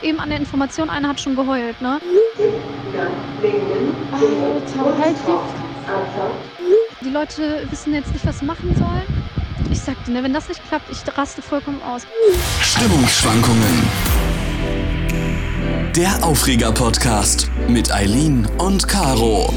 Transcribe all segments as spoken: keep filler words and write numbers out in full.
eben an der Information, einer hat schon geheult, ne? Die Leute wissen jetzt nicht, was sie machen sollen. Ich sag dir, ne, wenn das nicht klappt, ich raste vollkommen aus. Stimmungsschwankungen. Der Aufreger-Podcast mit Eileen und Caro.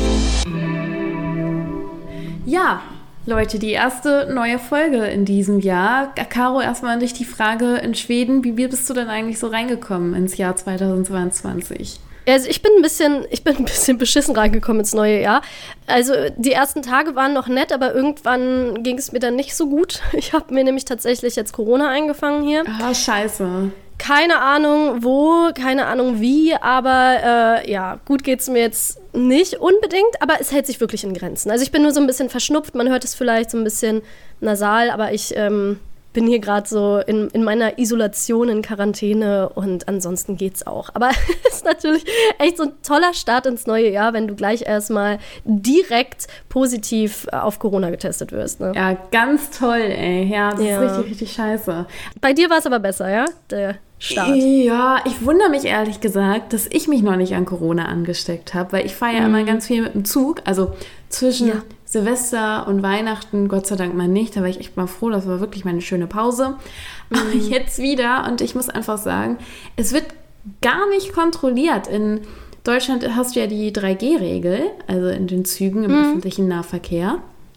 Ja, Leute, die erste neue Folge in diesem Jahr. Caro, erstmal an dich die Frage in Schweden. Wie bist du denn eigentlich so reingekommen ins Jahr zweitausendzweiundzwanzig? Also ich bin ein bisschen, ich bin ein bisschen beschissen reingekommen ins neue Jahr. Also die ersten Tage waren noch nett, aber irgendwann ging es mir dann nicht so gut. Ich habe mir nämlich tatsächlich jetzt Corona eingefangen hier. Ah, scheiße. Keine Ahnung wo, keine Ahnung wie, aber äh, ja, gut geht's mir jetzt nicht unbedingt, aber es hält sich wirklich in Grenzen. Also ich bin nur so ein bisschen verschnupft, man hört es vielleicht so ein bisschen nasal, aber ich ähm, bin hier gerade so in, in meiner Isolation, in Quarantäne und ansonsten geht's auch. Aber es ist natürlich echt so ein toller Start ins neue Jahr, wenn du gleich erstmal direkt positiv auf Corona getestet wirst. Ne? Ja, ganz toll, ey. Ja, das Ja. ist richtig, richtig scheiße. Bei dir war es aber besser, ja? Der Start. Ja, ich wundere mich ehrlich gesagt, dass ich mich noch nicht an Corona angesteckt habe, weil ich fahre ja Mhm. immer ganz viel mit dem Zug. Also zwischen Ja. Silvester und Weihnachten, Gott sei Dank mal nicht. Da war ich echt mal froh, das war wirklich meine schöne Pause. Aber Mhm. jetzt wieder und ich muss einfach sagen, es wird gar nicht kontrolliert. In Deutschland hast du ja die drei G Regel, also in den Zügen im öffentlichen Nahverkehr.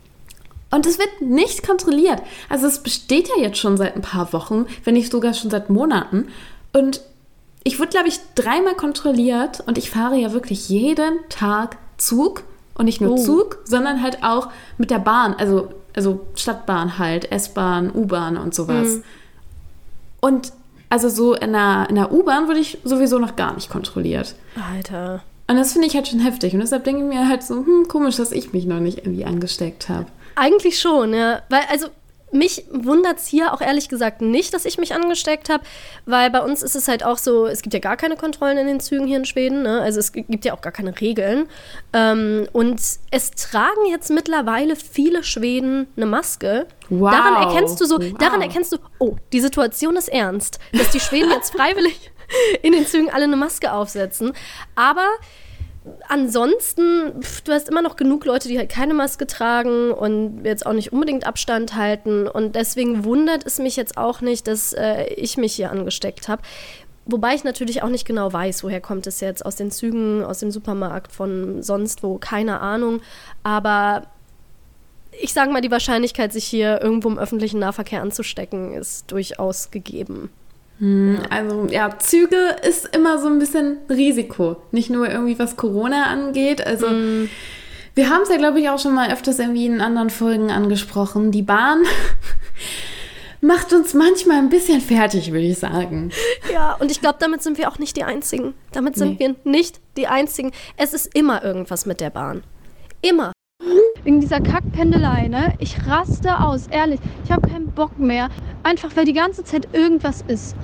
Und es wird nicht kontrolliert. Also es besteht ja jetzt schon seit ein paar Wochen, wenn nicht sogar schon seit Monaten. Und ich wurde, glaube ich, dreimal kontrolliert und ich fahre ja wirklich jeden Tag Zug. Und nicht nur Oh. Zug, sondern halt auch mit der Bahn, also, also Stadtbahn halt, S-Bahn, U-Bahn und sowas. Mhm. Und also so in der, in der U-Bahn wurde ich sowieso noch gar nicht kontrolliert. Alter. Und das finde ich halt schon heftig. Und deshalb denke ich mir halt so, hm, komisch, dass ich mich noch nicht irgendwie angesteckt habe. Eigentlich schon, ja. Weil, also, mich wundert es hier auch ehrlich gesagt nicht, dass ich mich angesteckt habe, weil bei uns ist es halt auch so, es gibt ja gar keine Kontrollen in den Zügen hier in Schweden, ne? Also es gibt ja auch gar keine Regeln. Ähm, und es tragen jetzt mittlerweile viele Schweden eine Maske. Wow. Daran erkennst du so, Wow. daran erkennst du, oh, die Situation ist ernst, dass die Schweden jetzt freiwillig in den Zügen alle eine Maske aufsetzen. Aber ansonsten, pf, du hast immer noch genug Leute, die halt keine Maske tragen und jetzt auch nicht unbedingt Abstand halten. Und deswegen wundert es mich jetzt auch nicht, dass äh, ich mich hier angesteckt habe. Wobei ich natürlich auch nicht genau weiß, woher kommt es jetzt, aus den Zügen, aus dem Supermarkt, von sonst wo, keine Ahnung. Aber ich sage mal, die Wahrscheinlichkeit, sich hier irgendwo im öffentlichen Nahverkehr anzustecken, ist durchaus gegeben. Also ja, Züge ist immer so ein bisschen Risiko. Nicht nur irgendwie, was Corona angeht. Also wir haben es ja, glaube ich, auch schon mal öfters irgendwie in anderen Folgen angesprochen. Die Bahn macht uns manchmal ein bisschen fertig, würde ich sagen. Ja, und ich glaube, damit sind wir auch nicht die Einzigen. Damit sind Nee. wir nicht die Einzigen. Es ist immer irgendwas mit der Bahn. Immer. Wegen dieser Kackpendelei, ne? Ich raste aus, ehrlich. Ich habe keinen Bock mehr. Einfach, weil die ganze Zeit irgendwas ist.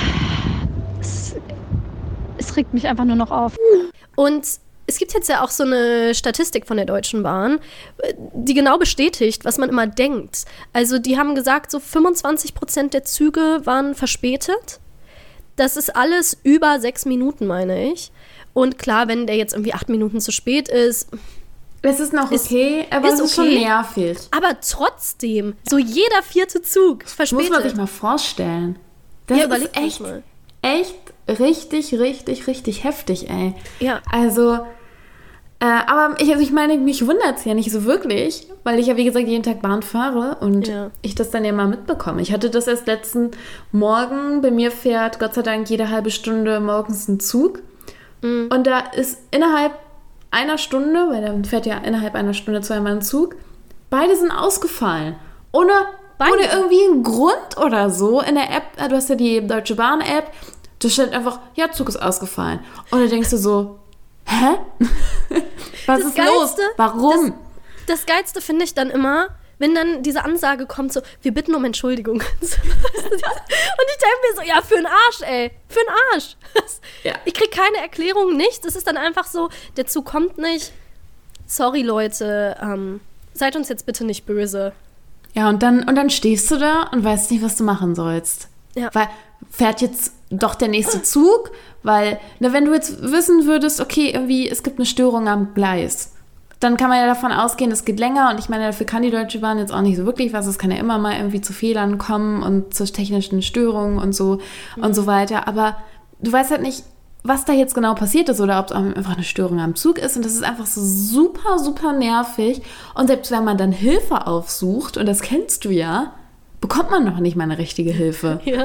Es, es regt mich einfach nur noch auf. Und es gibt jetzt ja auch so eine Statistik von der Deutschen Bahn, die genau bestätigt, was man immer denkt. Also die haben gesagt, so fünfundzwanzig Prozent der Züge waren verspätet. Das ist alles über sechs Minuten, meine ich. Und klar, wenn der jetzt irgendwie acht Minuten zu spät ist, Es ist noch Ist- okay, aber ist es ist schon okay. nervig. aber trotzdem, so jeder vierte Zug Das verspätet. muss man sich mal vorstellen. Das Ja, ist überleg das echt, mal. echt richtig, richtig, richtig heftig, ey. Ja. Also, äh, aber ich, also ich meine, mich wundert es ja nicht so wirklich, weil ich ja, wie gesagt, jeden Tag Bahn fahre und Ja. ich das dann ja mal mitbekomme. Ich hatte das erst letzten Morgen. Bei mir fährt Gott sei Dank jede halbe Stunde morgens ein Zug. Mhm. Und da ist innerhalb einer Stunde, weil dann fährt ja innerhalb einer Stunde zweimal ein Zug, beide sind ausgefallen. Ohne, Beide? ohne irgendwie einen Grund oder so. In der App, äh, du hast ja die Deutsche Bahn-App, da steht einfach, ja, Zug ist ausgefallen. Und dann denkst du so, hä? Was Das ist los? Geilste- Warum? Das Geilste finde ich dann immer, wenn dann diese Ansage kommt, so, wir bitten um Entschuldigung. Und ich denke mir so, ja, für den Arsch, ey. Für den Arsch. Ja. Ich kriege keine Erklärung, nichts. Es ist dann einfach so, der Zug kommt nicht. Sorry, Leute, ähm, seid uns jetzt bitte nicht böse. Ja, und dann, und dann stehst du da und weißt nicht, was du machen sollst. Ja. Weil fährt jetzt doch der nächste Zug, weil, na, wenn du jetzt wissen würdest, okay, irgendwie, es gibt eine Störung am Gleis, dann kann man ja davon ausgehen, es geht länger und ich meine, dafür kann die Deutsche Bahn jetzt auch nicht so wirklich was, es kann ja immer mal irgendwie zu Fehlern kommen und zu technischen Störungen und so mhm. und so weiter, aber du weißt halt nicht, was da jetzt genau passiert ist oder ob es einfach eine Störung am Zug ist und das ist einfach so super, super nervig und selbst wenn man dann Hilfe aufsucht, und das kennst du ja, bekommt man noch nicht mal eine richtige Hilfe. Ja.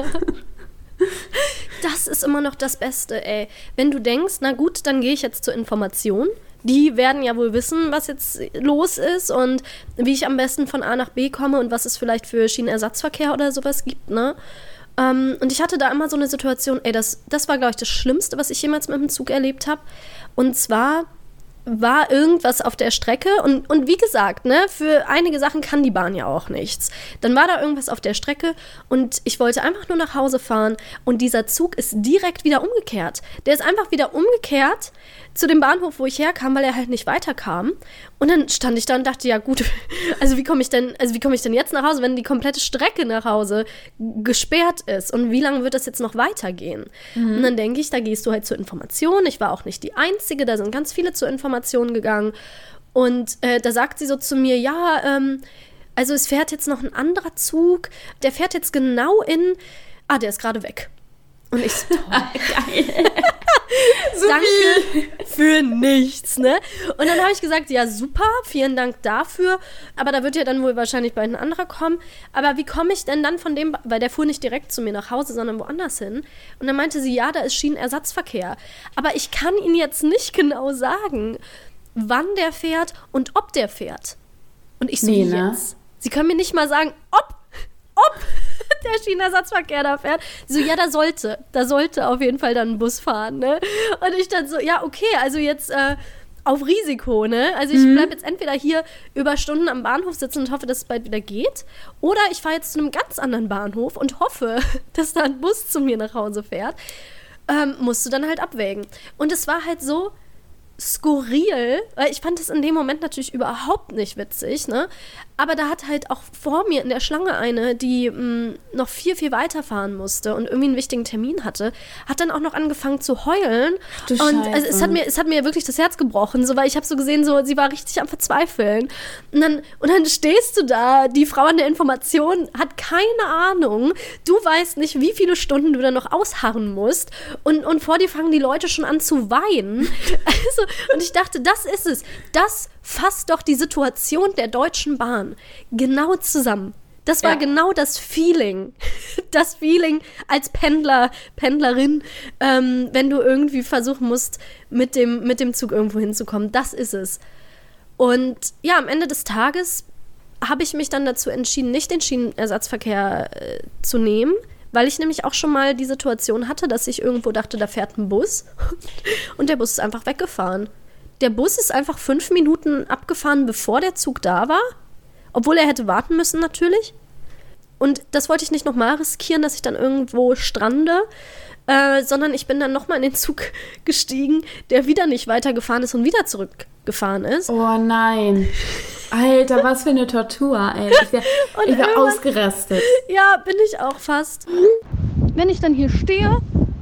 Das ist immer noch das Beste, ey. Wenn du denkst, na gut, dann gehe ich jetzt zur Information. Die werden ja wohl wissen, was jetzt los ist und wie ich am besten von A nach B komme und was es vielleicht für Schienenersatzverkehr oder sowas gibt, ne? Um, und ich hatte da immer so eine Situation, ey, das, das war, glaube ich, das Schlimmste, was ich jemals mit dem Zug erlebt habe. Und zwar war irgendwas auf der Strecke und, und wie gesagt, ne, für einige Sachen kann die Bahn ja auch nichts. Dann war da irgendwas auf der Strecke und ich wollte einfach nur nach Hause fahren und dieser Zug ist direkt wieder umgekehrt. Der ist einfach wieder umgekehrt zu dem Bahnhof, wo ich herkam, weil er halt nicht weiterkam. Und dann stand ich da und dachte, ja gut, also wie komme ich denn, also wie komme ich denn jetzt nach Hause, wenn die komplette Strecke nach Hause gesperrt ist und wie lange wird das jetzt noch weitergehen? Mhm. Und dann denke ich, da gehst du halt zur Information. Ich war auch nicht die Einzige, da sind ganz viele zur Information gegangen. Und äh, da sagt sie so zu mir, ja, ähm, also es fährt jetzt noch ein anderer Zug, der fährt jetzt genau in, ah, der ist gerade weg. Und ich so, geil. So danke viel. Für nichts, ne? Und dann habe ich gesagt, ja super, vielen Dank dafür, aber da wird ja dann wohl wahrscheinlich bald ein anderer kommen. Aber wie komme ich denn dann von dem, weil der fuhr nicht direkt zu mir nach Hause, sondern woanders hin. Und dann meinte sie, ja, da ist Schienenersatzverkehr. Aber ich kann Ihnen jetzt nicht genau sagen, wann der fährt und ob der fährt. Und ich so, nee, ne? Jetzt? Sie können mir nicht mal sagen, ob, ob der Schienenersatzverkehr da fährt. So, ja, da sollte, da sollte auf jeden Fall dann ein Bus fahren, ne? Und ich dann so, ja, okay, also jetzt äh, auf Risiko, ne? Also ich mhm. bleibe jetzt entweder hier über Stunden am Bahnhof sitzen und hoffe, dass es bald wieder geht, oder ich fahre jetzt zu einem ganz anderen Bahnhof und hoffe, dass da ein Bus zu mir nach Hause fährt. Ähm, musst du dann halt abwägen. Und es war halt so skurril, weil ich fand es in dem Moment natürlich überhaupt nicht witzig, ne? Aber da hat halt auch vor mir in der Schlange eine, die mh, noch viel, viel weiterfahren musste und irgendwie einen wichtigen Termin hatte, hat dann auch noch angefangen zu heulen. Ach du und also, es hat mir, es hat mir wirklich das Herz gebrochen, so, weil ich habe so gesehen, so, sie war richtig am Verzweifeln. Und dann, und dann stehst du da, die Frau an der Information hat keine Ahnung, du weißt nicht, wie viele Stunden du da noch ausharren musst und, und vor dir fangen die Leute schon an zu weinen. Also, und ich dachte, das ist es. Das fasst doch die Situation der Deutschen Bahn genau zusammen. Das war ja genau das Feeling. Das Feeling als Pendler, Pendlerin, ähm, wenn du irgendwie versuchen musst, mit dem, mit dem Zug irgendwo hinzukommen. Das ist es. Und ja, am Ende des Tages habe ich mich dann dazu entschieden, nicht den Schienenersatzverkehr äh, zu nehmen, weil ich nämlich auch schon mal die Situation hatte, dass ich irgendwo dachte, da fährt ein Bus und der Bus ist einfach weggefahren. Der Bus ist einfach fünf Minuten abgefahren, bevor der Zug da war, obwohl er hätte warten müssen natürlich. Und das wollte ich nicht nochmal riskieren, dass ich dann irgendwo strande, äh, sondern ich bin dann nochmal in den Zug gestiegen, der wieder nicht weitergefahren ist und wieder zurückgefahren ist. Oh nein. Alter, was für eine Tortur, ey. Ich wäre wär ausgerastet. Ja, bin ich auch fast. Wenn ich dann hier stehe,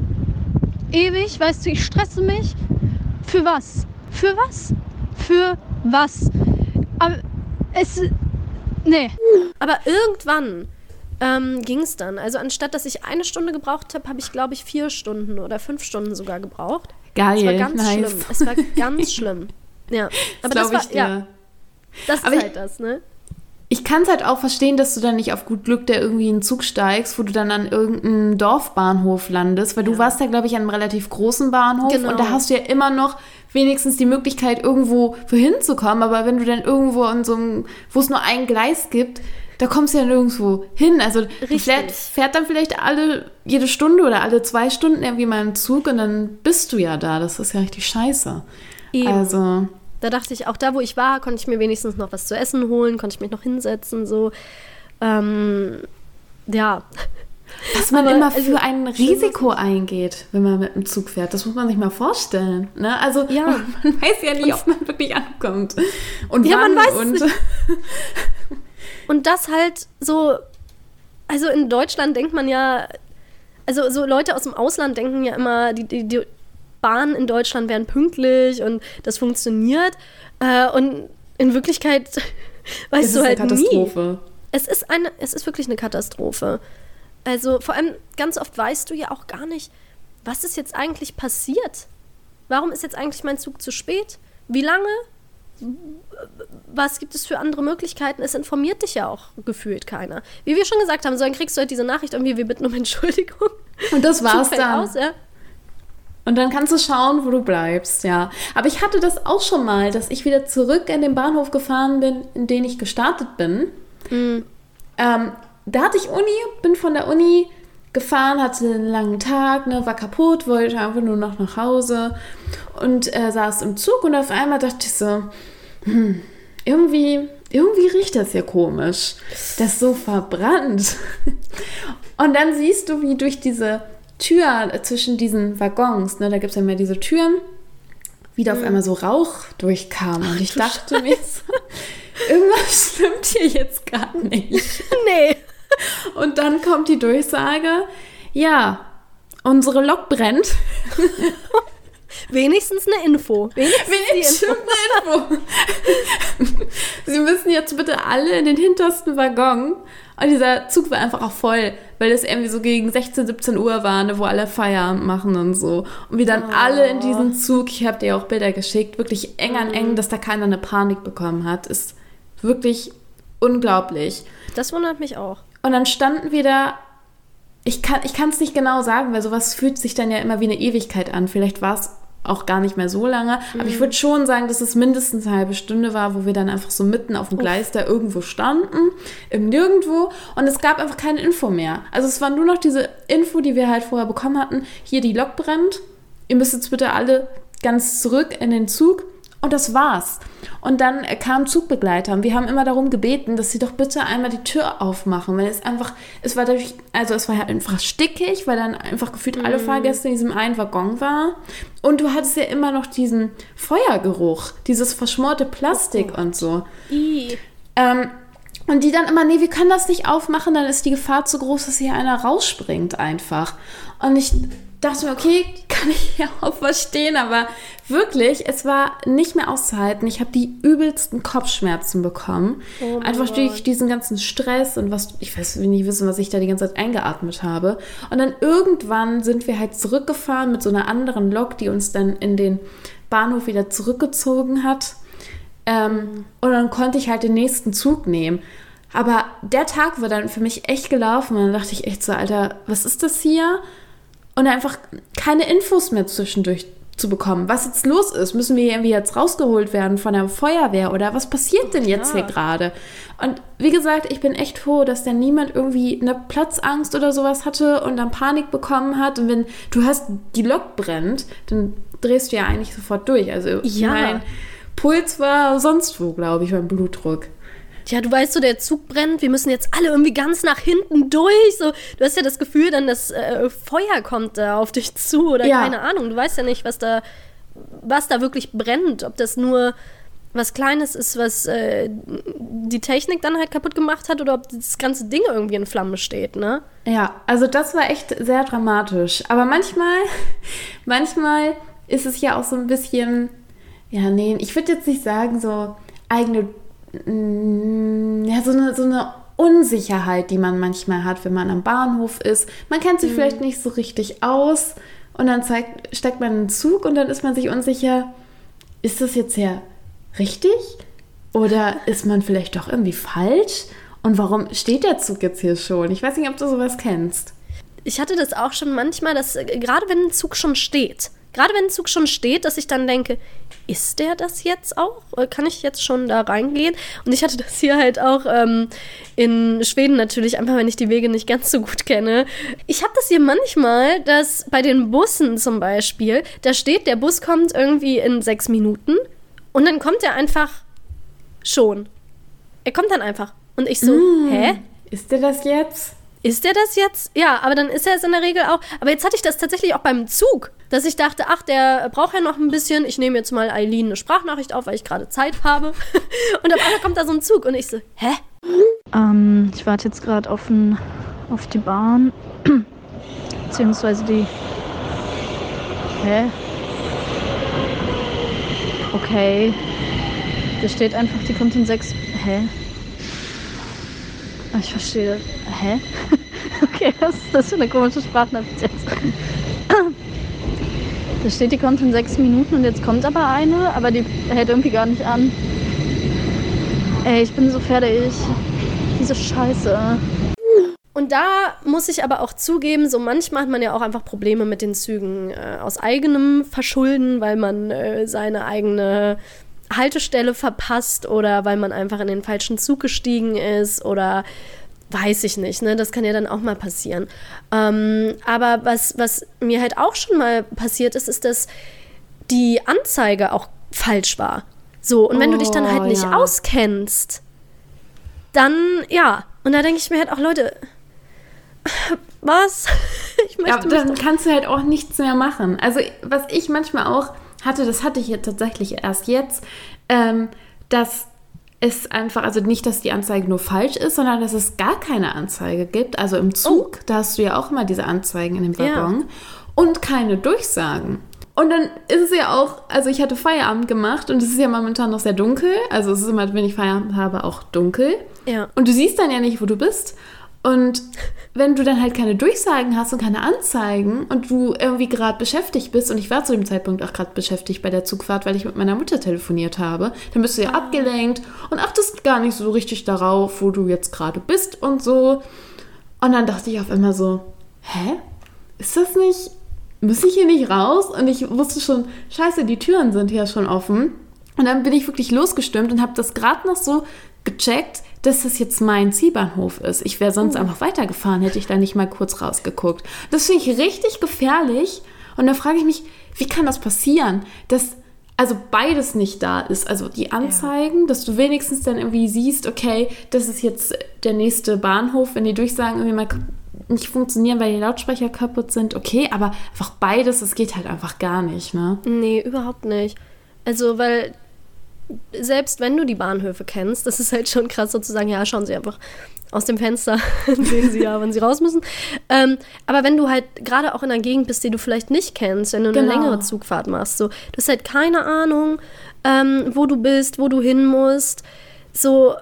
ewig, weißt du, ich stresse mich. Für was? Für was? Für was? Aber es... Nee. Aber irgendwann ähm, ging es dann. Also anstatt, dass ich eine Stunde gebraucht habe, habe ich, glaube ich, vier Stunden oder fünf Stunden sogar gebraucht. Geil, es war ganz nice. schlimm. Es war ganz schlimm. Ja, aber das, das war, ja, das ist aber halt ich, das, ne? Ich kann es halt auch verstehen, dass du dann nicht auf gut Glück da irgendwie in den Zug steigst, wo du dann an irgendeinem Dorfbahnhof landest, weil ja. du warst ja, glaube ich, an einem relativ großen Bahnhof genau. und da hast du ja immer noch wenigstens die Möglichkeit, irgendwo wohin zu kommen, aber wenn du dann irgendwo in so einem, wo es nur ein Gleis gibt, da kommst du ja nirgendwo hin. Also fährt, fährt dann vielleicht alle, jede Stunde oder alle zwei Stunden irgendwie mal im Zug und dann bist du ja da. Das ist ja richtig scheiße. Eben. Also... Da dachte ich, auch da, wo ich war, konnte ich mir wenigstens noch was zu essen holen, konnte ich mich noch hinsetzen, so. Ähm, ja. Was man Aber, immer für also, ein Risiko eingeht, wenn man mit dem Zug fährt, das muss man sich mal vorstellen. Ne? Also ja. man weiß ja nicht, ob man wirklich ankommt. Und ja, wann man weiß und es nicht. Und das halt so, also in Deutschland denkt man ja, Also so Leute aus dem Ausland denken ja immer, die, die, die Bahnen in Deutschland wären pünktlich und das funktioniert. Äh, und in Wirklichkeit weißt Es du ist halt eine Katastrophe. nie. Es ist, eine, es ist wirklich eine Katastrophe. Also vor allem ganz oft weißt du ja auch gar nicht, was ist jetzt eigentlich passiert? Warum ist jetzt eigentlich mein Zug zu spät? Wie lange? Was gibt es für andere Möglichkeiten? Es informiert dich ja auch gefühlt keiner. Wie wir schon gesagt haben, so dann kriegst du halt diese Nachricht irgendwie, wir bitten um Entschuldigung. Und das war's Zug fällt dann. aus, ja. Und dann kannst du schauen, wo du bleibst, ja. Aber ich hatte das auch schon mal, dass ich wieder zurück in den Bahnhof gefahren bin, in den ich gestartet bin. Mhm. Ähm, da hatte ich Uni, bin von der Uni gefahren, hatte einen langen Tag, ne, war kaputt, wollte einfach nur noch nach Hause und äh, saß im Zug und auf einmal dachte ich so, hm, irgendwie, irgendwie riecht das ja komisch. Das ist so verbrannt. Und dann siehst du, wie durch diese Tür zwischen diesen Waggons, ne, da gibt es ja mehr diese Türen, wieder auf einmal so Rauch durchkam. Und ich dachte mir so, irgendwas stimmt hier jetzt gar nicht. Nee. Und dann kommt die Durchsage, ja, unsere Lok brennt. Wenigstens eine Info. Wenigstens, Wenigstens eine Info. Sie müssen jetzt bitte alle in den hintersten Waggon. Und dieser Zug war einfach auch voll, weil das irgendwie so gegen sechzehn, siebzehn Uhr war, ne, wo alle Feierabend machen und so. Und wir dann oh. alle in diesen Zug, ich habe dir auch Bilder geschickt, wirklich eng an eng, dass da keiner eine Panik bekommen hat, ist wirklich unglaublich. Das wundert mich auch. Und dann standen wir da, ich kann ich kann es nicht genau sagen, weil sowas fühlt sich dann ja immer wie eine Ewigkeit an. Vielleicht war es auch gar nicht mehr so lange, mhm. aber ich würde schon sagen, dass es mindestens eine halbe Stunde war, wo wir dann einfach so mitten auf dem Gleis da irgendwo standen, im Nirgendwo, und es gab einfach keine Info mehr. Also es war nur noch diese Info, die wir halt vorher bekommen hatten, hier die Lok brennt, ihr müsst jetzt bitte alle ganz zurück in den Zug. Und das war's. Und dann kamen Zugbegleiter und wir haben immer darum gebeten, dass sie doch bitte einmal die Tür aufmachen, weil es einfach, es war dadurch, also es war halt einfach stickig, weil dann einfach gefühlt mm. alle Fahrgäste in diesem einen Waggon waren. Und du hattest ja immer noch diesen Feuergeruch, dieses verschmorte Plastik oh und so. Ähm, und die dann immer, nee, wir können das nicht aufmachen, dann ist die Gefahr zu groß, dass hier einer rausspringt einfach. Und ich dachte mir, okay, kann ich ja auch verstehen, aber wirklich, es war nicht mehr auszuhalten. Ich habe die übelsten Kopfschmerzen bekommen. Oh Einfach Gott. durch diesen ganzen Stress und was, ich weiß nicht wissen, was ich da die ganze Zeit eingeatmet habe. Und dann irgendwann sind wir halt zurückgefahren mit so einer anderen Lok, die uns dann in den Bahnhof wieder zurückgezogen hat. Ähm, und dann konnte ich halt den nächsten Zug nehmen. Aber der Tag war dann für mich echt gelaufen. Und dann dachte ich echt so, Alter, was ist das hier? Und einfach keine Infos mehr zwischendurch zu bekommen. Was jetzt los ist? Müssen wir irgendwie jetzt rausgeholt werden von der Feuerwehr? Oder was passiert denn jetzt hier gerade? Und wie gesagt, ich bin echt froh, dass da niemand irgendwie eine Platzangst oder sowas hatte und dann Panik bekommen hat. Und wenn du hast, die Lok brennt, dann drehst du ja eigentlich sofort durch. Also ja. mein Puls war sonst wo, glaube ich, mein Blutdruck. Ja, du weißt so, der Zug brennt, wir müssen jetzt alle irgendwie ganz nach hinten durch. So, du hast ja das Gefühl, dann das äh, Feuer kommt da auf dich zu oder ja. keine Ahnung. Du weißt ja nicht, was da, was da wirklich brennt. Ob das nur was Kleines ist, was äh, die Technik dann halt kaputt gemacht hat oder ob das ganze Ding irgendwie in Flammen steht, ne? Ja, also das war echt sehr dramatisch. Aber manchmal, manchmal ist es ja auch so ein bisschen, ja, nee, ich würde jetzt nicht sagen, so eigene ja, so eine, so eine Unsicherheit, die man manchmal hat, wenn man am Bahnhof ist. Man kennt sich mhm. vielleicht nicht so richtig aus und dann zeigt, steigt man in den Zug und dann ist man sich unsicher, ist das jetzt ja richtig oder ist man vielleicht doch irgendwie falsch? Und warum steht der Zug jetzt hier schon? Ich weiß nicht, ob du sowas kennst. Ich hatte das auch schon manchmal, dass gerade wenn ein Zug schon steht, Gerade wenn ein Zug schon steht, dass ich dann denke, ist der das jetzt auch? Kann ich jetzt schon da reingehen? Und ich hatte das hier halt auch ähm, in Schweden natürlich, einfach wenn ich die Wege nicht ganz so gut kenne. Ich habe das hier manchmal, dass bei den Bussen zum Beispiel, da steht, der Bus kommt irgendwie in sechs Minuten und dann kommt er einfach schon. Er kommt dann einfach. Und ich so, mm, hä? Ist der das jetzt? Ist der das jetzt? Ja, aber dann ist er es in der Regel auch. Aber jetzt hatte ich das tatsächlich auch beim Zug, dass ich dachte, ach, der braucht ja noch ein bisschen. Ich nehme jetzt mal Eileen eine Sprachnachricht auf, weil ich gerade Zeit habe. Und auf einmal kommt da so ein Zug und ich so, hä? Ähm, ich warte jetzt gerade auf, auf die Bahn. beziehungsweise die... Hä? Okay. Da steht einfach, die kommt in sechs... Hä? Ah, ich verstehe das. Hä? Okay, was ist das für eine komische Sprachnachricht jetzt? Da steht, die kommt in sechs Minuten und jetzt kommt aber eine, aber die hält irgendwie gar nicht an. Ey, ich bin so fertig. Diese Scheiße. Und da muss ich aber auch zugeben, so manchmal hat man ja auch einfach Probleme mit den Zügen äh, aus eigenem Verschulden, weil man äh, seine eigene Haltestelle verpasst oder weil man einfach in den falschen Zug gestiegen ist oder weiß ich nicht, ne? Das kann ja dann auch mal passieren. Ähm, aber was, was mir halt auch schon mal passiert ist, ist, dass die Anzeige auch falsch war. So, und wenn oh, du dich dann halt nicht ja. auskennst, dann, ja. Und da denke ich mir halt auch, Leute, was? Ich möchte Ja, dann kannst du halt auch nichts mehr machen. Also, was ich manchmal auch hatte, das hatte ich jetzt tatsächlich erst jetzt, ähm, dass es einfach, also nicht, dass die Anzeige nur falsch ist, sondern dass es gar keine Anzeige gibt. Also im Zug, oh. da hast du ja auch immer diese Anzeigen in dem Waggon ja. und keine Durchsagen. Und dann ist es ja auch, also ich hatte Feierabend gemacht und es ist ja momentan noch sehr dunkel. Also es ist immer, wenn ich Feierabend habe, auch dunkel. Ja. Und du siehst dann ja nicht, wo du bist. Und wenn du dann halt keine Durchsagen hast und keine Anzeigen und du irgendwie gerade beschäftigt bist, und ich war zu dem Zeitpunkt auch gerade beschäftigt bei der Zugfahrt, weil ich mit meiner Mutter telefoniert habe, dann bist du ja ah. abgelenkt und achtest gar nicht so richtig darauf, wo du jetzt gerade bist und so. Und dann dachte ich auf einmal so, hä? Ist das nicht, muss ich hier nicht raus? Und ich wusste schon, scheiße, die Türen sind ja schon offen. Und dann bin ich wirklich losgestürmt und habe das gerade noch so gecheckt, dass das jetzt mein Zielbahnhof ist. Ich wäre sonst oh. einfach weitergefahren, hätte ich da nicht mal kurz rausgeguckt. Das finde ich richtig gefährlich. Und da frage ich mich, wie kann das passieren, dass also beides nicht da ist? Also die Anzeigen, ja. dass du wenigstens dann irgendwie siehst, okay, das ist jetzt der nächste Bahnhof, wenn die Durchsagen irgendwie mal nicht funktionieren, weil die Lautsprecher kaputt sind, okay, aber einfach beides, das geht halt einfach gar nicht, ne? Nee, überhaupt nicht. Also, weil selbst wenn du die Bahnhöfe kennst, das ist halt schon krass sozusagen, ja, schauen Sie einfach aus dem Fenster, sehen Sie ja, wann Sie raus müssen. Ähm, aber wenn du halt gerade auch in einer Gegend bist, die du vielleicht nicht kennst, wenn du eine genau. längere Zugfahrt machst, so, du hast halt keine Ahnung, ähm, wo du bist, wo du hin musst, so.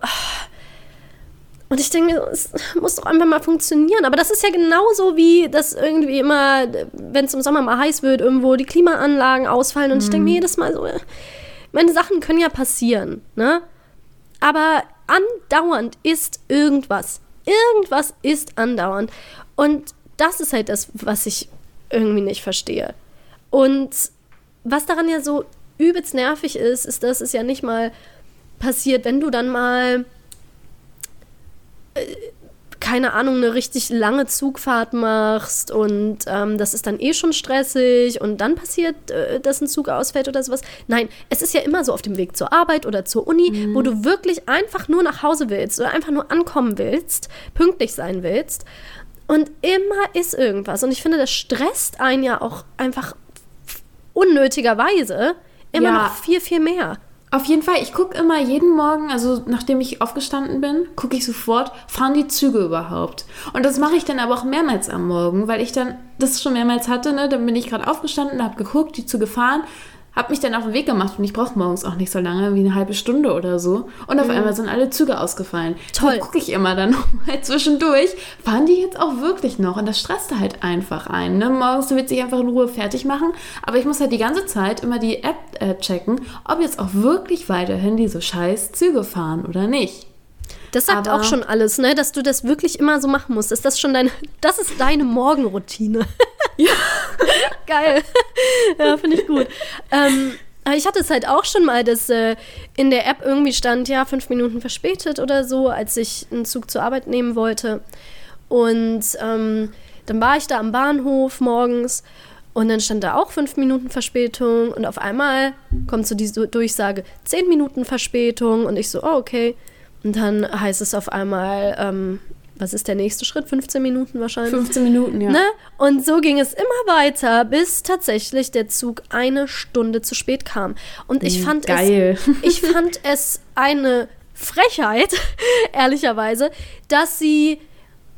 Und ich denke, es muss doch einfach mal funktionieren. Aber das ist ja genauso wie das irgendwie immer, wenn es im Sommer mal heiß wird, irgendwo die Klimaanlagen ausfallen. Und mhm. ich denke mir jedes Mal so, meine Sachen können ja passieren, ne? Aber andauernd ist irgendwas. Irgendwas ist andauernd. Und das ist halt das, was ich irgendwie nicht verstehe. Und was daran ja so übelst nervig ist, ist, dass es ja nicht mal passiert, wenn du dann mal keine Ahnung, eine richtig lange Zugfahrt machst und ähm, das ist dann eh schon stressig und dann passiert, äh, dass ein Zug ausfällt oder sowas. Nein, es ist ja immer so auf dem Weg zur Arbeit oder zur Uni, mhm. wo du wirklich einfach nur nach Hause willst oder einfach nur ankommen willst, pünktlich sein willst und immer ist irgendwas. Und ich finde, das stresst einen ja auch einfach unnötigerweise immer ja. noch viel, viel mehr. Auf jeden Fall, ich gucke immer jeden Morgen, also nachdem ich aufgestanden bin, gucke ich sofort, fahren die Züge überhaupt? Und das mache ich dann aber auch mehrmals am Morgen, weil ich dann das schon mehrmals hatte, ne? Dann bin ich gerade aufgestanden, habe geguckt, die Züge fahren, habe mich dann auf den Weg gemacht und ich brauche morgens auch nicht so lange, wie eine halbe Stunde oder so. Und auf mhm. einmal sind alle Züge ausgefallen. Toll. Da gucke ich immer dann nochmal zwischendurch, fahren die jetzt auch wirklich noch? Und das stresst halt einfach ein. Ne? Morgens wird sich einfach in Ruhe fertig machen, aber ich muss halt die ganze Zeit immer die App äh, checken, ob jetzt auch wirklich weiterhin diese scheiß Züge fahren oder nicht. Das sagt aber auch schon alles, ne? Dass du das wirklich immer so machen musst. Ist das schon deine, das ist deine Morgenroutine. Ja. Geil. Ja, finde ich gut. Ähm, ich hatte es halt auch schon mal, dass äh, in der App irgendwie stand, ja, fünf Minuten verspätet oder so, als ich einen Zug zur Arbeit nehmen wollte. Und ähm, dann war ich da am Bahnhof morgens und dann stand da auch fünf Minuten Verspätung und auf einmal kommt so diese Durchsage, zehn Minuten Verspätung und ich so, oh, okay. Und dann heißt es auf einmal, ähm, was ist der nächste Schritt? fünfzehn Minuten wahrscheinlich. fünfzehn Minuten, ja. Ne? Und so ging es immer weiter, bis tatsächlich der Zug eine Stunde zu spät kam. Und ich fand Geil. es, ich fand es eine Frechheit, ehrlicherweise, dass sie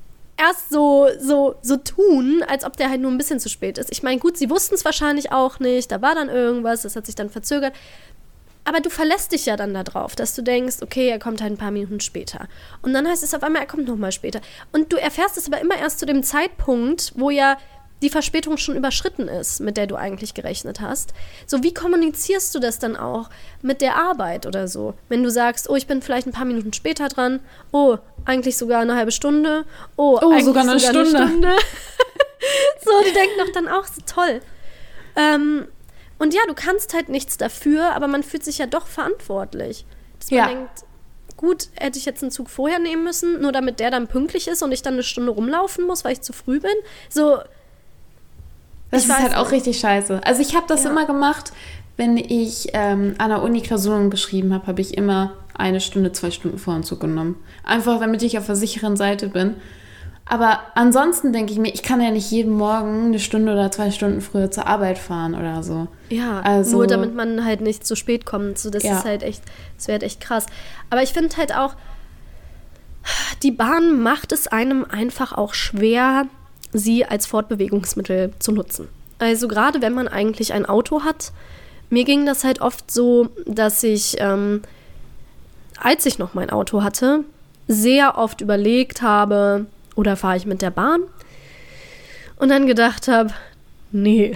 erst so, so, so tun, als ob der halt nur ein bisschen zu spät ist. Ich meine, gut, sie wussten es wahrscheinlich auch nicht, da war dann irgendwas, das hat sich dann verzögert. Aber du verlässt dich ja dann darauf, dass du denkst, okay, er kommt halt ein paar Minuten später. Und dann heißt es auf einmal, er kommt nochmal später. Und du erfährst es aber immer erst zu dem Zeitpunkt, wo ja die Verspätung schon überschritten ist, mit der du eigentlich gerechnet hast. So, wie kommunizierst du das dann auch mit der Arbeit oder so? Wenn du sagst, oh, ich bin vielleicht ein paar Minuten später dran, oh, eigentlich sogar eine halbe Stunde, oh, Oh, eigentlich sogar eine sogar Stunde. Eine Stunde. So, die denken doch dann auch, so toll. Ähm, und ja, du kannst halt nichts dafür, aber man fühlt sich ja doch verantwortlich. Dass man Ja. denkt, gut, hätte ich jetzt einen Zug vorher nehmen müssen, nur damit der dann pünktlich ist und ich dann eine Stunde rumlaufen muss, weil ich zu früh bin. So, Das ich ist weiß halt auch nicht. richtig scheiße. Also ich habe das Ja. immer gemacht, wenn ich ähm, an der Uni Klausuren geschrieben habe, habe ich immer eine Stunde, zwei Stunden vor den Zug genommen. Einfach, damit ich auf der sicheren Seite bin. Aber ansonsten denke ich mir, ich kann ja nicht jeden Morgen eine Stunde oder zwei Stunden früher zur Arbeit fahren oder so. Ja, Also- nur damit man halt nicht zu spät kommt. So, das Ja. ist halt echt, das wäre halt echt krass. Aber ich finde halt auch, die Bahn macht es einem einfach auch schwer, sie als Fortbewegungsmittel zu nutzen. Also gerade wenn man eigentlich ein Auto hat, mir ging das halt oft so, dass ich, ähm, als ich noch mein Auto hatte, sehr oft überlegt habe, oder fahre ich mit der Bahn? Und dann gedacht habe, nee.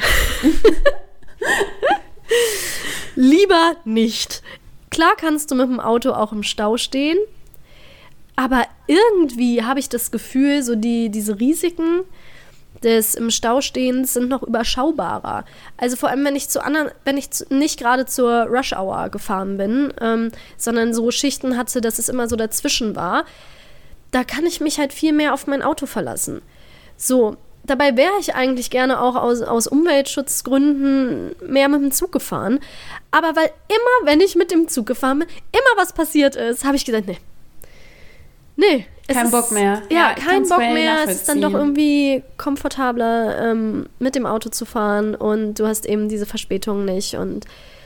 Lieber nicht. Klar kannst du mit dem Auto auch im Stau stehen, aber irgendwie habe ich das Gefühl, so die, diese Risiken des im Stau Stehens sind noch überschaubarer. Also vor allem, wenn ich zu anderen, wenn ich zu, nicht gerade zur Rush Hour gefahren bin, ähm, sondern so Schichten hatte, dass es immer so dazwischen war, da kann ich mich halt viel mehr auf mein Auto verlassen. So, dabei wäre ich eigentlich gerne auch aus, aus Umweltschutzgründen mehr mit dem Zug gefahren. Aber weil immer, wenn ich mit dem Zug gefahren bin, immer was passiert ist, habe ich gesagt, nee. Nee. es Kein ist, Bock mehr. Ja, Ja, ich kein kann's Bock voll mehr. Es ist dann doch nachvollziehen. irgendwie komfortabler, ähm, mit dem Auto zu fahren und du hast eben diese Verspätung nicht. Und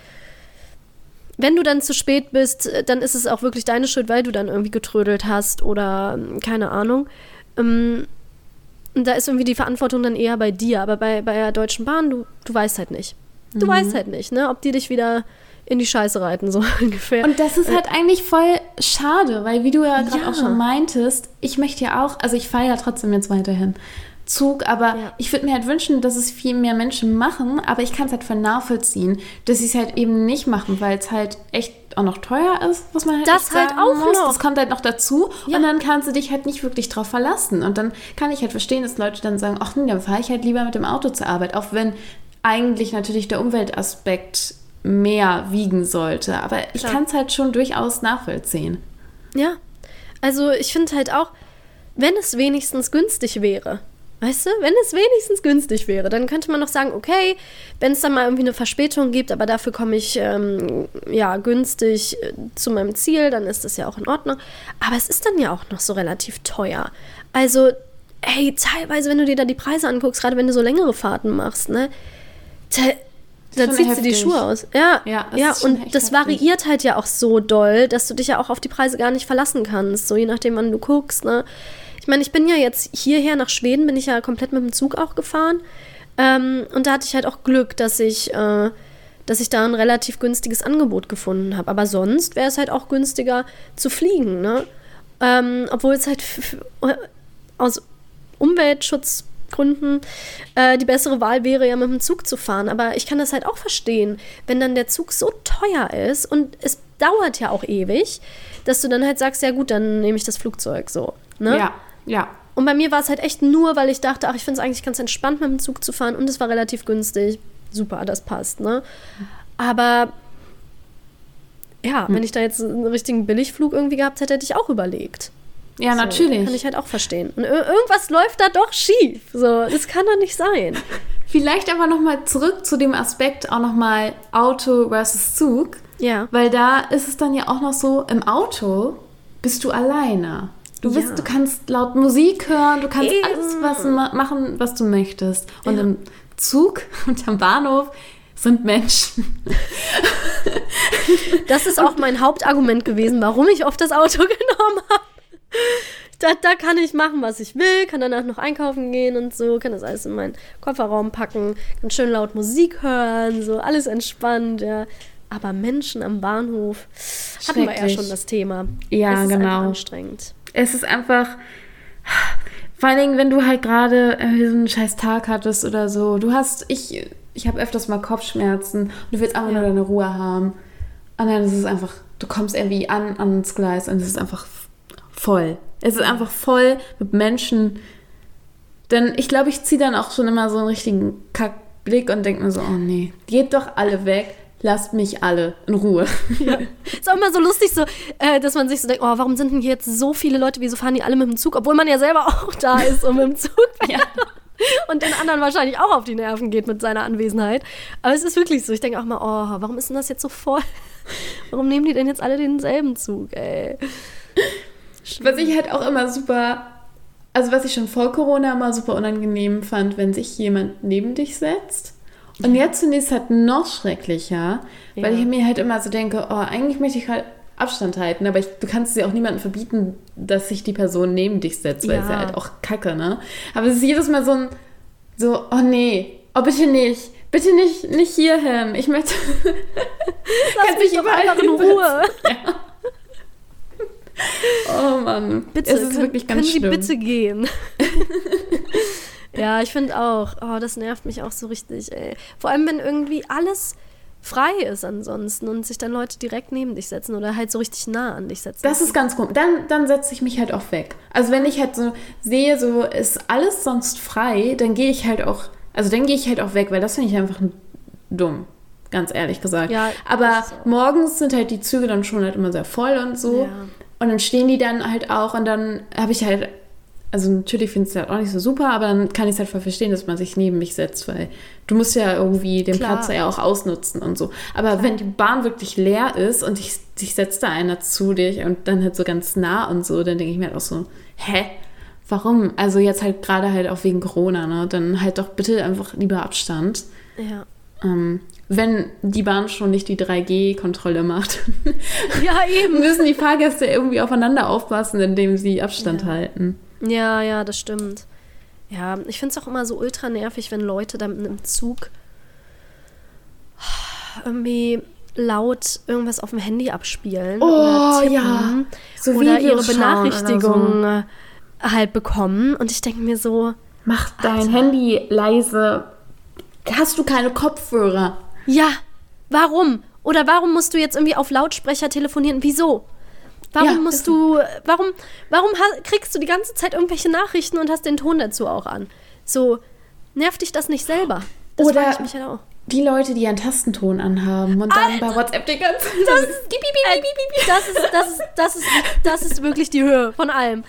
wenn du dann zu spät bist, dann ist es auch wirklich deine Schuld, weil du dann irgendwie getrödelt hast oder ähm, keine Ahnung. Ähm, und da ist irgendwie die Verantwortung dann eher bei dir. Aber bei, bei der Deutschen Bahn, du, du weißt halt nicht. Du Mhm. weißt halt nicht, ne, ob die dich wieder in die Scheiße reiten, so ungefähr. Und das ist halt eigentlich voll schade, weil wie du ja gerade Ja. auch schon meintest, ich möchte ja auch, also ich fahre ja trotzdem jetzt weiterhin Zug, aber Ja. ich würde mir halt wünschen, dass es viel mehr Menschen machen, aber ich kann es halt voll nachvollziehen, dass sie es halt eben nicht machen, weil es halt echt auch noch teuer ist, was man halt Das echt halt sagen auch muss. noch. Das kommt halt noch dazu Ja. und dann kannst du dich halt nicht wirklich drauf verlassen und dann kann ich halt verstehen, dass Leute dann sagen, ach nee, dann fahre ich halt lieber mit dem Auto zur Arbeit, auch wenn eigentlich natürlich der Umweltaspekt mehr wiegen sollte. Aber ich Klar. kann es halt schon durchaus nachvollziehen. Ja, also ich finde halt auch, wenn es wenigstens günstig wäre, weißt du, wenn es wenigstens günstig wäre, dann könnte man noch sagen, okay, wenn es dann mal irgendwie eine Verspätung gibt, aber dafür komme ich ähm, ja günstig äh, zu meinem Ziel, dann ist das ja auch in Ordnung. Aber es ist dann ja auch noch so relativ teuer. Also, hey, teilweise, wenn du dir da die Preise anguckst, gerade wenn du so längere Fahrten machst, ne, te- da Schon zieht sie die heftig. Schuhe aus. Ja, Ja, das ja ist schon und echt das heftig. variiert halt ja auch so doll, dass du dich ja auch auf die Preise gar nicht verlassen kannst, so je nachdem, wann du guckst, ne. Ich meine, ich bin ja jetzt hierher nach Schweden, bin ich ja komplett mit dem Zug auch gefahren. Ähm, und da hatte ich halt auch Glück, dass ich, äh, dass ich da ein relativ günstiges Angebot gefunden habe. Aber sonst wäre es halt auch günstiger zu fliegen, ne? Ähm, obwohl es halt f- f- aus Umweltschutzgründen äh, die bessere Wahl wäre, ja mit dem Zug zu fahren. Aber ich kann das halt auch verstehen, wenn dann der Zug so teuer ist und es dauert ja auch ewig, dass du dann halt sagst, ja gut, dann nehme ich das Flugzeug so. Ne? Ja, ja. Und bei mir war es halt echt nur, weil ich dachte, ach, ich finde es eigentlich ganz entspannt, mit dem Zug zu fahren und es war relativ günstig. Super, das passt, ne? Aber ja, Hm. wenn ich da jetzt einen richtigen Billigflug irgendwie gehabt hätte, hätte ich auch überlegt. Ja, So, natürlich. Kann ich halt auch verstehen. Und ir- irgendwas läuft da doch schief. So, das kann doch nicht sein. Vielleicht aber nochmal zurück zu dem Aspekt auch nochmal Auto versus Zug. Ja. Weil da ist es dann ja auch noch so, im Auto bist du alleine. Du, bist, Ja. du kannst laut Musik hören, du kannst Eben. alles was, ma- machen, was du möchtest. Und im Zug und am Bahnhof sind Menschen. Das ist auch mein Hauptargument gewesen, warum ich oft das Auto genommen habe. da, da kann ich machen, was ich will, kann danach noch einkaufen gehen und so, kann das alles in meinen Kofferraum packen, kann schön laut Musik hören, so alles entspannt, ja. Aber Menschen am Bahnhof, hatten wir ja schon das Thema. Ja, es ist genau. einfach anstrengend. Es ist einfach, vor allen Dingen, wenn du halt gerade so einen scheiß Tag hattest oder so, du hast, ich, ich habe öfters mal Kopfschmerzen und du willst einfach Ja. nur deine Ruhe haben. Und dann ist es einfach, du kommst irgendwie an, ans Gleis und es ist einfach voll. Es ist einfach voll mit Menschen. Denn ich glaube, ich ziehe dann auch schon immer so einen richtigen Kackblick und denke mir so, oh nee, geht doch alle weg. Lasst mich alle in Ruhe. Ja. Ist auch immer so lustig, so, äh, dass man sich so denkt, oh, warum sind denn hier jetzt so viele Leute, wieso fahren die alle mit dem Zug? Obwohl man ja selber auch da ist und mit dem Zug fährt. Ja. Und den anderen wahrscheinlich auch auf die Nerven geht mit seiner Anwesenheit. Aber es ist wirklich so, ich denke auch mal, oh, warum ist denn das jetzt so voll? Warum nehmen die denn jetzt alle denselben Zug, ey? Was ich halt auch immer super, also was ich schon vor Corona immer super unangenehm fand, wenn sich jemand neben dich setzt. Und jetzt finde ich es halt noch schrecklicher, ja. Weil ich mir halt immer so denke, oh, eigentlich möchte ich halt Abstand halten, aber ich, du kannst es ja auch niemandem verbieten, dass sich die Person neben dich setzt, weil ja. es ja halt auch kacke, ne? Aber es ist jedes Mal so ein, so, oh nee, oh bitte nicht, bitte nicht, nicht hierhin, ich möchte... Lass mich doch einfach in Ruhe. Ja. Oh Mann, bitte, es ist können, wirklich ganz können schlimm. Können Sie bitte gehen? Ja, ich finde auch, oh, das nervt mich auch so richtig, ey. Vor allem, wenn irgendwie alles frei ist ansonsten und sich dann Leute direkt neben dich setzen oder halt so richtig nah an dich setzen. Das ist ganz komisch. Dann, dann setze ich mich halt auch weg. Also wenn ich halt so sehe, so ist alles sonst frei, dann gehe ich halt auch, also dann gehe ich halt auch weg, weil das finde ich einfach dumm, ganz ehrlich gesagt. Ja, aber morgens sind halt die Züge dann schon halt immer sehr voll und so. Ja. Und dann stehen die dann halt auch und dann habe ich halt, also natürlich finde ich es halt auch nicht so super, aber dann kann ich es halt voll verstehen, dass man sich neben mich setzt, weil du musst ja irgendwie den Klar. Platz ja auch ausnutzen und so. Aber Klar. wenn die Bahn wirklich leer ist und ich, sich setzt da einer zu dich und dann halt so ganz nah und so, dann denke ich mir halt auch so, hä? Warum? Also jetzt halt gerade halt auch wegen Corona, ne? Dann halt doch bitte einfach lieber Abstand. Ja. Ähm, wenn die Bahn schon nicht die drei G Kontrolle macht, Ja, eben. müssen die Fahrgäste irgendwie aufeinander aufpassen, indem sie Abstand Ja. halten. Ja, ja, das stimmt. Ja, ich finde es auch immer so ultra nervig, wenn Leute dann im Zug irgendwie laut irgendwas auf dem Handy abspielen Oh, oder tippen ja. So oder ihre Videos schauen Benachrichtigungen oder halt bekommen. Und ich denke mir so, Mach dein Handy leise. Hast du keine Kopfhörer? ja, warum? Oder warum musst du jetzt irgendwie auf Lautsprecher telefonieren? Wieso? Warum Ja, musst du, warum, warum ha- kriegst du die ganze Zeit irgendwelche Nachrichten und hast den Ton dazu auch an? So, nervt dich das nicht selber? Das Oder- frage ich mich halt auch. Die Leute, die einen Tastenton anhaben und dann Alter, bei WhatsApp die ganze Zeit. Das, Piep, piep, piep, äh, piep, piep, piep. das, ist, das, ist, das, ist, das ist wirklich die Höhe von allem.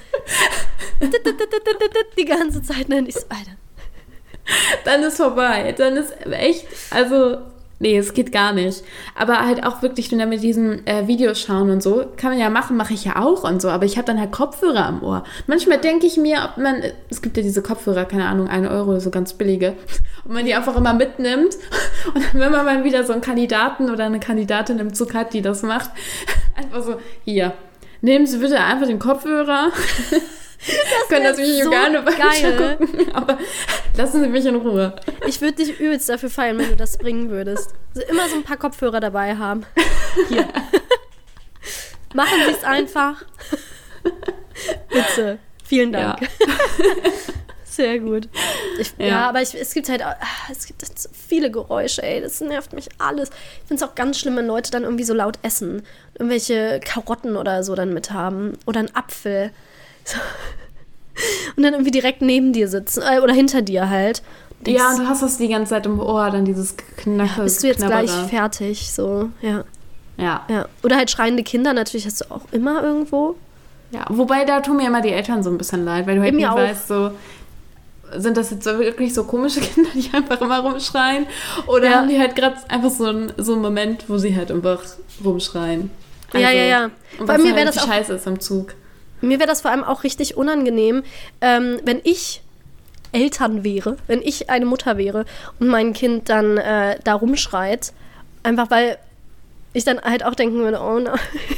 Die ganze Zeit nenne ich es, Alter. Dann ist vorbei. Dann ist echt, also, nee, es geht gar nicht. Aber halt auch wirklich, wenn mit diesen äh, Videos schauen und so, kann man ja machen, mache ich ja auch und so, aber ich habe dann halt Kopfhörer am Ohr. Manchmal denke ich mir, ob man, es gibt ja diese Kopfhörer, keine Ahnung, ein Euro, so ganz billige, und man die einfach immer mitnimmt und dann, wenn man mal wieder so einen Kandidaten oder eine Kandidatin im Zug hat, die das macht, einfach so, hier, nehmen Sie bitte einfach den Kopfhörer. Das können das Video so gerne weiter geil. gucken, aber lassen Sie mich in Ruhe. Ich würde dich übelst dafür feiern, wenn du das bringen würdest. Also immer so ein paar Kopfhörer dabei haben. Hier. Machen Sie es einfach. Bitte. Vielen Dank. Ja. Sehr gut. Ich, ja. Ja. aber ich, es gibt halt auch, es gibt halt so viele Geräusche, ey. Das nervt mich alles. Ich finde es auch ganz schlimm, wenn Leute dann irgendwie so laut essen. Irgendwelche Karotten oder so dann mit haben. Oder einen Apfel. So. Und dann irgendwie direkt neben dir sitzen. Äh, oder hinter dir halt. Und Ja, denkst, und du hast das die ganze Zeit im Ohr, dann dieses Knacker. bist du jetzt Knabbere. gleich fertig? So, ja. Ja. Ja. Oder halt schreiende Kinder, natürlich hast du auch immer irgendwo. Ja, wobei da tun mir immer die Eltern so ein bisschen leid, weil du halt Mir nicht auch. weißt, so, sind das jetzt so wirklich so komische Kinder, die einfach immer rumschreien? Oder Ja. haben die halt gerade einfach so einen so einen Moment, wo sie halt einfach rumschreien? Ja, ja, ja. Und Vor was allem mir halt wäre das die auch- Scheiße ist am Zug. Mir wäre das vor allem auch richtig unangenehm, ähm, wenn ich Eltern wäre, wenn ich eine Mutter wäre und mein Kind dann äh, da rumschreit. Einfach weil ich dann halt auch denken würde, oh nein,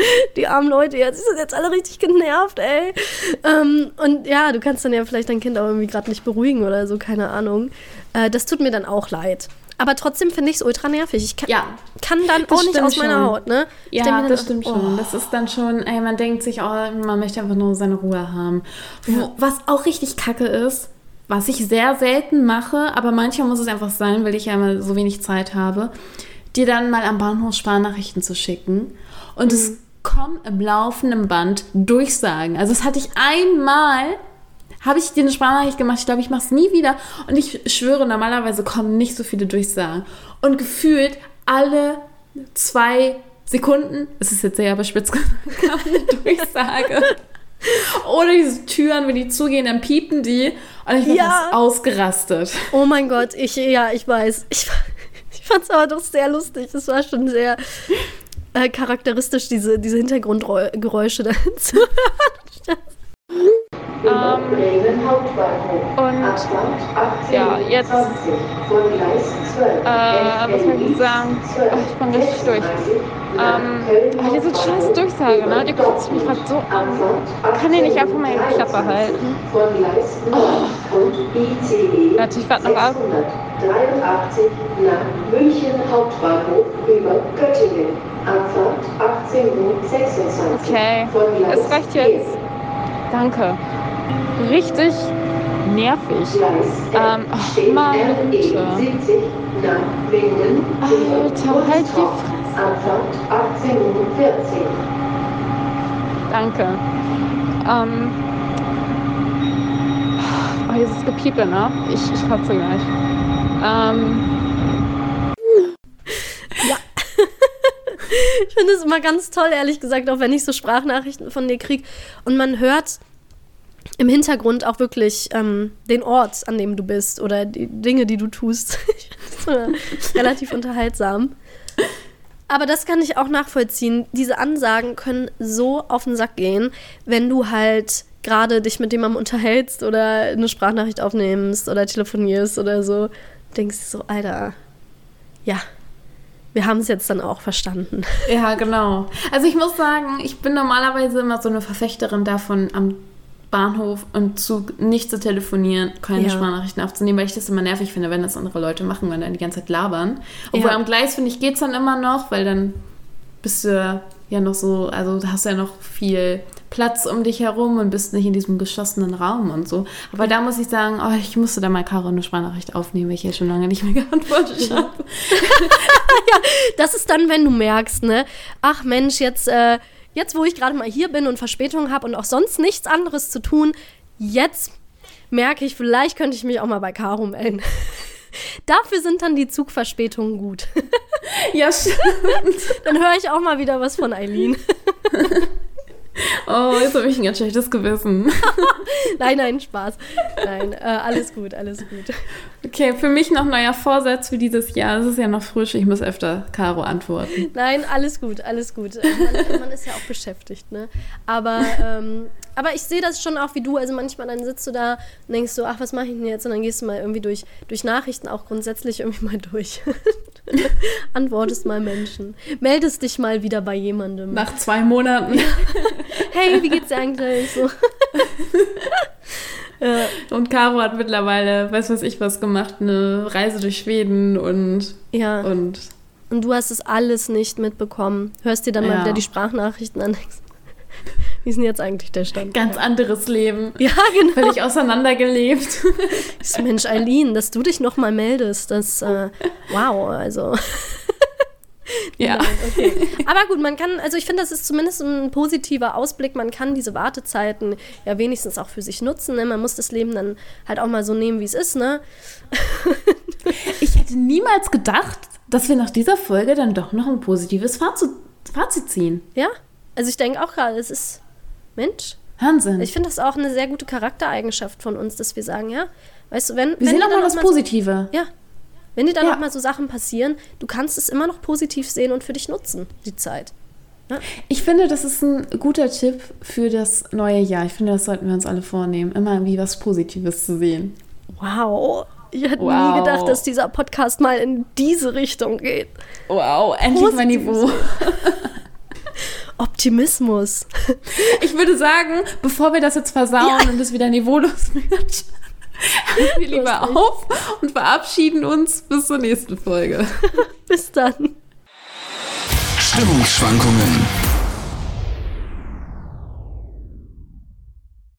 Die armen Leute jetzt, die sind jetzt alle richtig genervt, ey. Ähm, und ja, du kannst dann ja vielleicht dein Kind auch irgendwie gerade nicht beruhigen oder so, keine Ahnung. Äh, das tut mir dann auch leid. Aber trotzdem finde ich es ultra nervig. Ich kann, Ja, kann dann das auch nicht stimmt aus meiner schon. Haut, ne? Ich denk Ja, mir dann das auch, stimmt oh. schon. Das ist dann schon, ey, man denkt sich, oh, man möchte einfach nur seine Ruhe haben. Wo, was auch richtig kacke ist, was ich sehr selten mache, aber manchmal muss es einfach sein, weil ich ja immer so wenig Zeit habe, dir dann mal am Bahnhof Sprachnachrichten zu schicken. Und Mhm. es kommen im laufenden Band Durchsagen. Also das hatte ich einmal, habe ich dir eine Sprachnachricht gemacht. Ich glaube, ich mache es nie wieder. Und ich schwöre, normalerweise kommen nicht so viele Durchsagen. Und gefühlt alle zwei Sekunden, es ist jetzt sehr überspitzt gesagt, kam eine Durchsage. Oder diese Türen, wenn die zugehen, dann piepen die. Und ich bin Ja. fast ausgerastet. Oh mein Gott, ich, ja, ich weiß. Ich, ich fand es aber doch sehr lustig. Es war schon sehr äh, charakteristisch, diese, diese Hintergrundgeräusche dazu. Ähm, und ja, jetzt, äh, was soll ich sagen? Ach, ich bin richtig durch. Ähm, aber diese scheiß Durchsage, ne? Die kotzt mich gerade so an. Kann die nicht einfach mal ihre Klappe halten? Oh. Warte, ich warte noch ab. dreiundachtzig nach München Hauptbahnhof über Göttingen. Abfahrt achtzehn Uhr sechsundzwanzig. Okay, es reicht jetzt. Danke. Richtig nervig. Ähm, ach, meine Güte. Alter, halt die Fresse. Abfahrt achtzehn Uhr vierzig. Danke. Ähm. Oh, hier ist das Gepiepe, ne? Ich, ich kotze gleich. Ähm. Ich finde es immer ganz toll, ehrlich gesagt, auch wenn ich so Sprachnachrichten von dir kriege. Und man hört im Hintergrund auch wirklich ähm, den Ort, an dem du bist oder die Dinge, die du tust. Ich finde das relativ unterhaltsam. Aber das kann ich auch nachvollziehen. Diese Ansagen können so auf den Sack gehen, wenn du halt gerade dich mit jemandem unterhältst oder eine Sprachnachricht aufnimmst oder telefonierst oder so. Denkst du so, Alter, ja, wir haben es jetzt dann auch verstanden. Ja, genau. Also ich muss sagen, ich bin normalerweise immer so eine Verfechterin davon, am Bahnhof und Zug nicht zu telefonieren, keine Ja. Sprachnachrichten aufzunehmen, weil ich das immer nervig finde, wenn das andere Leute machen, wenn dann die ganze Zeit labern. Obwohl Ja. am Gleis, finde ich, geht's dann immer noch, weil dann bist du ja noch so, also da hast du ja noch viel Platz um dich herum und bist nicht in diesem geschlossenen Raum und so. Aber da muss ich sagen, oh, ich musste da mal Caro eine Sprachnachricht aufnehmen, weil ich ja schon lange nicht mehr geantwortet habe. Das ist dann, wenn du merkst, ne, ach Mensch, jetzt, äh, jetzt wo ich gerade mal hier bin und Verspätung habe und auch sonst nichts anderes zu tun, jetzt merke ich, vielleicht könnte ich mich auch mal bei Caro melden. Dafür sind dann die Zugverspätungen gut. Ja, stimmt. Dann höre ich auch mal wieder was von Eileen. Oh, jetzt habe ich ein ganz schlechtes Gewissen. Nein, nein, Spaß. Nein, äh, alles gut, alles gut. Okay, für mich noch neuer Vorsatz für dieses Jahr. Es ist ja noch frisch, ich muss öfter Caro antworten. Nein, alles gut, alles gut. Man, man ist ja auch beschäftigt, ne? Aber, ähm, aber ich sehe das schon auch wie du. Also manchmal dann sitzt du da und denkst so, ach, was mache ich denn jetzt? Und dann gehst du mal irgendwie durch, durch Nachrichten auch grundsätzlich irgendwie mal durch. Antwortest mal Menschen. Meldest dich mal wieder bei jemandem. Nach zwei Monaten. Hey, wie geht's dir eigentlich? So. Ja. Und Caro hat mittlerweile, weiß was ich was gemacht, eine Reise durch Schweden und, Ja. und Und du hast es alles nicht mitbekommen. Hörst dir dann mal Ja. wieder die Sprachnachrichten an. Denkst, wie ist denn jetzt eigentlich der Stand? ganz anderes Leben. Ja, genau. Völlig auseinandergelebt. Ich so, Mensch, Eileen, dass du dich noch mal meldest, das, äh, wow, also. Ja. Nein, okay. Aber gut, man kann, also ich finde, das ist zumindest ein positiver Ausblick. Man kann diese Wartezeiten ja wenigstens auch für sich nutzen. Ne? Man muss das Leben dann halt auch mal so nehmen, wie es ist, ne? Ich hätte niemals gedacht, dass wir nach dieser Folge dann doch noch ein positives Fazit, Fazit ziehen. Ja, also ich denke auch gerade, es ist, Mensch, Wahnsinn. ich finde das auch eine sehr gute Charaktereigenschaft von uns, dass wir sagen, ja, weißt du, wenn, wir wenn sehen dir auch dann mal das noch mal so- Positive. Ja. Wenn dir dann Ja. noch mal so Sachen passieren, du kannst es immer noch positiv sehen und für dich nutzen, die Zeit. Ich finde, das ist ein guter Tipp für das neue Jahr. Ich finde, das sollten wir uns alle vornehmen, immer irgendwie was Positives zu sehen. Wow. Ich hätte Wow. nie gedacht, dass dieser Podcast mal in diese Richtung geht. Wow, endlich mein Positives Niveau. Optimismus. Ich würde sagen, bevor wir das jetzt versauen und es wieder niveaulos wird, hören wir lieber auf und verabschieden uns bis zur nächsten Folge. Bis dann. Stimmungsschwankungen.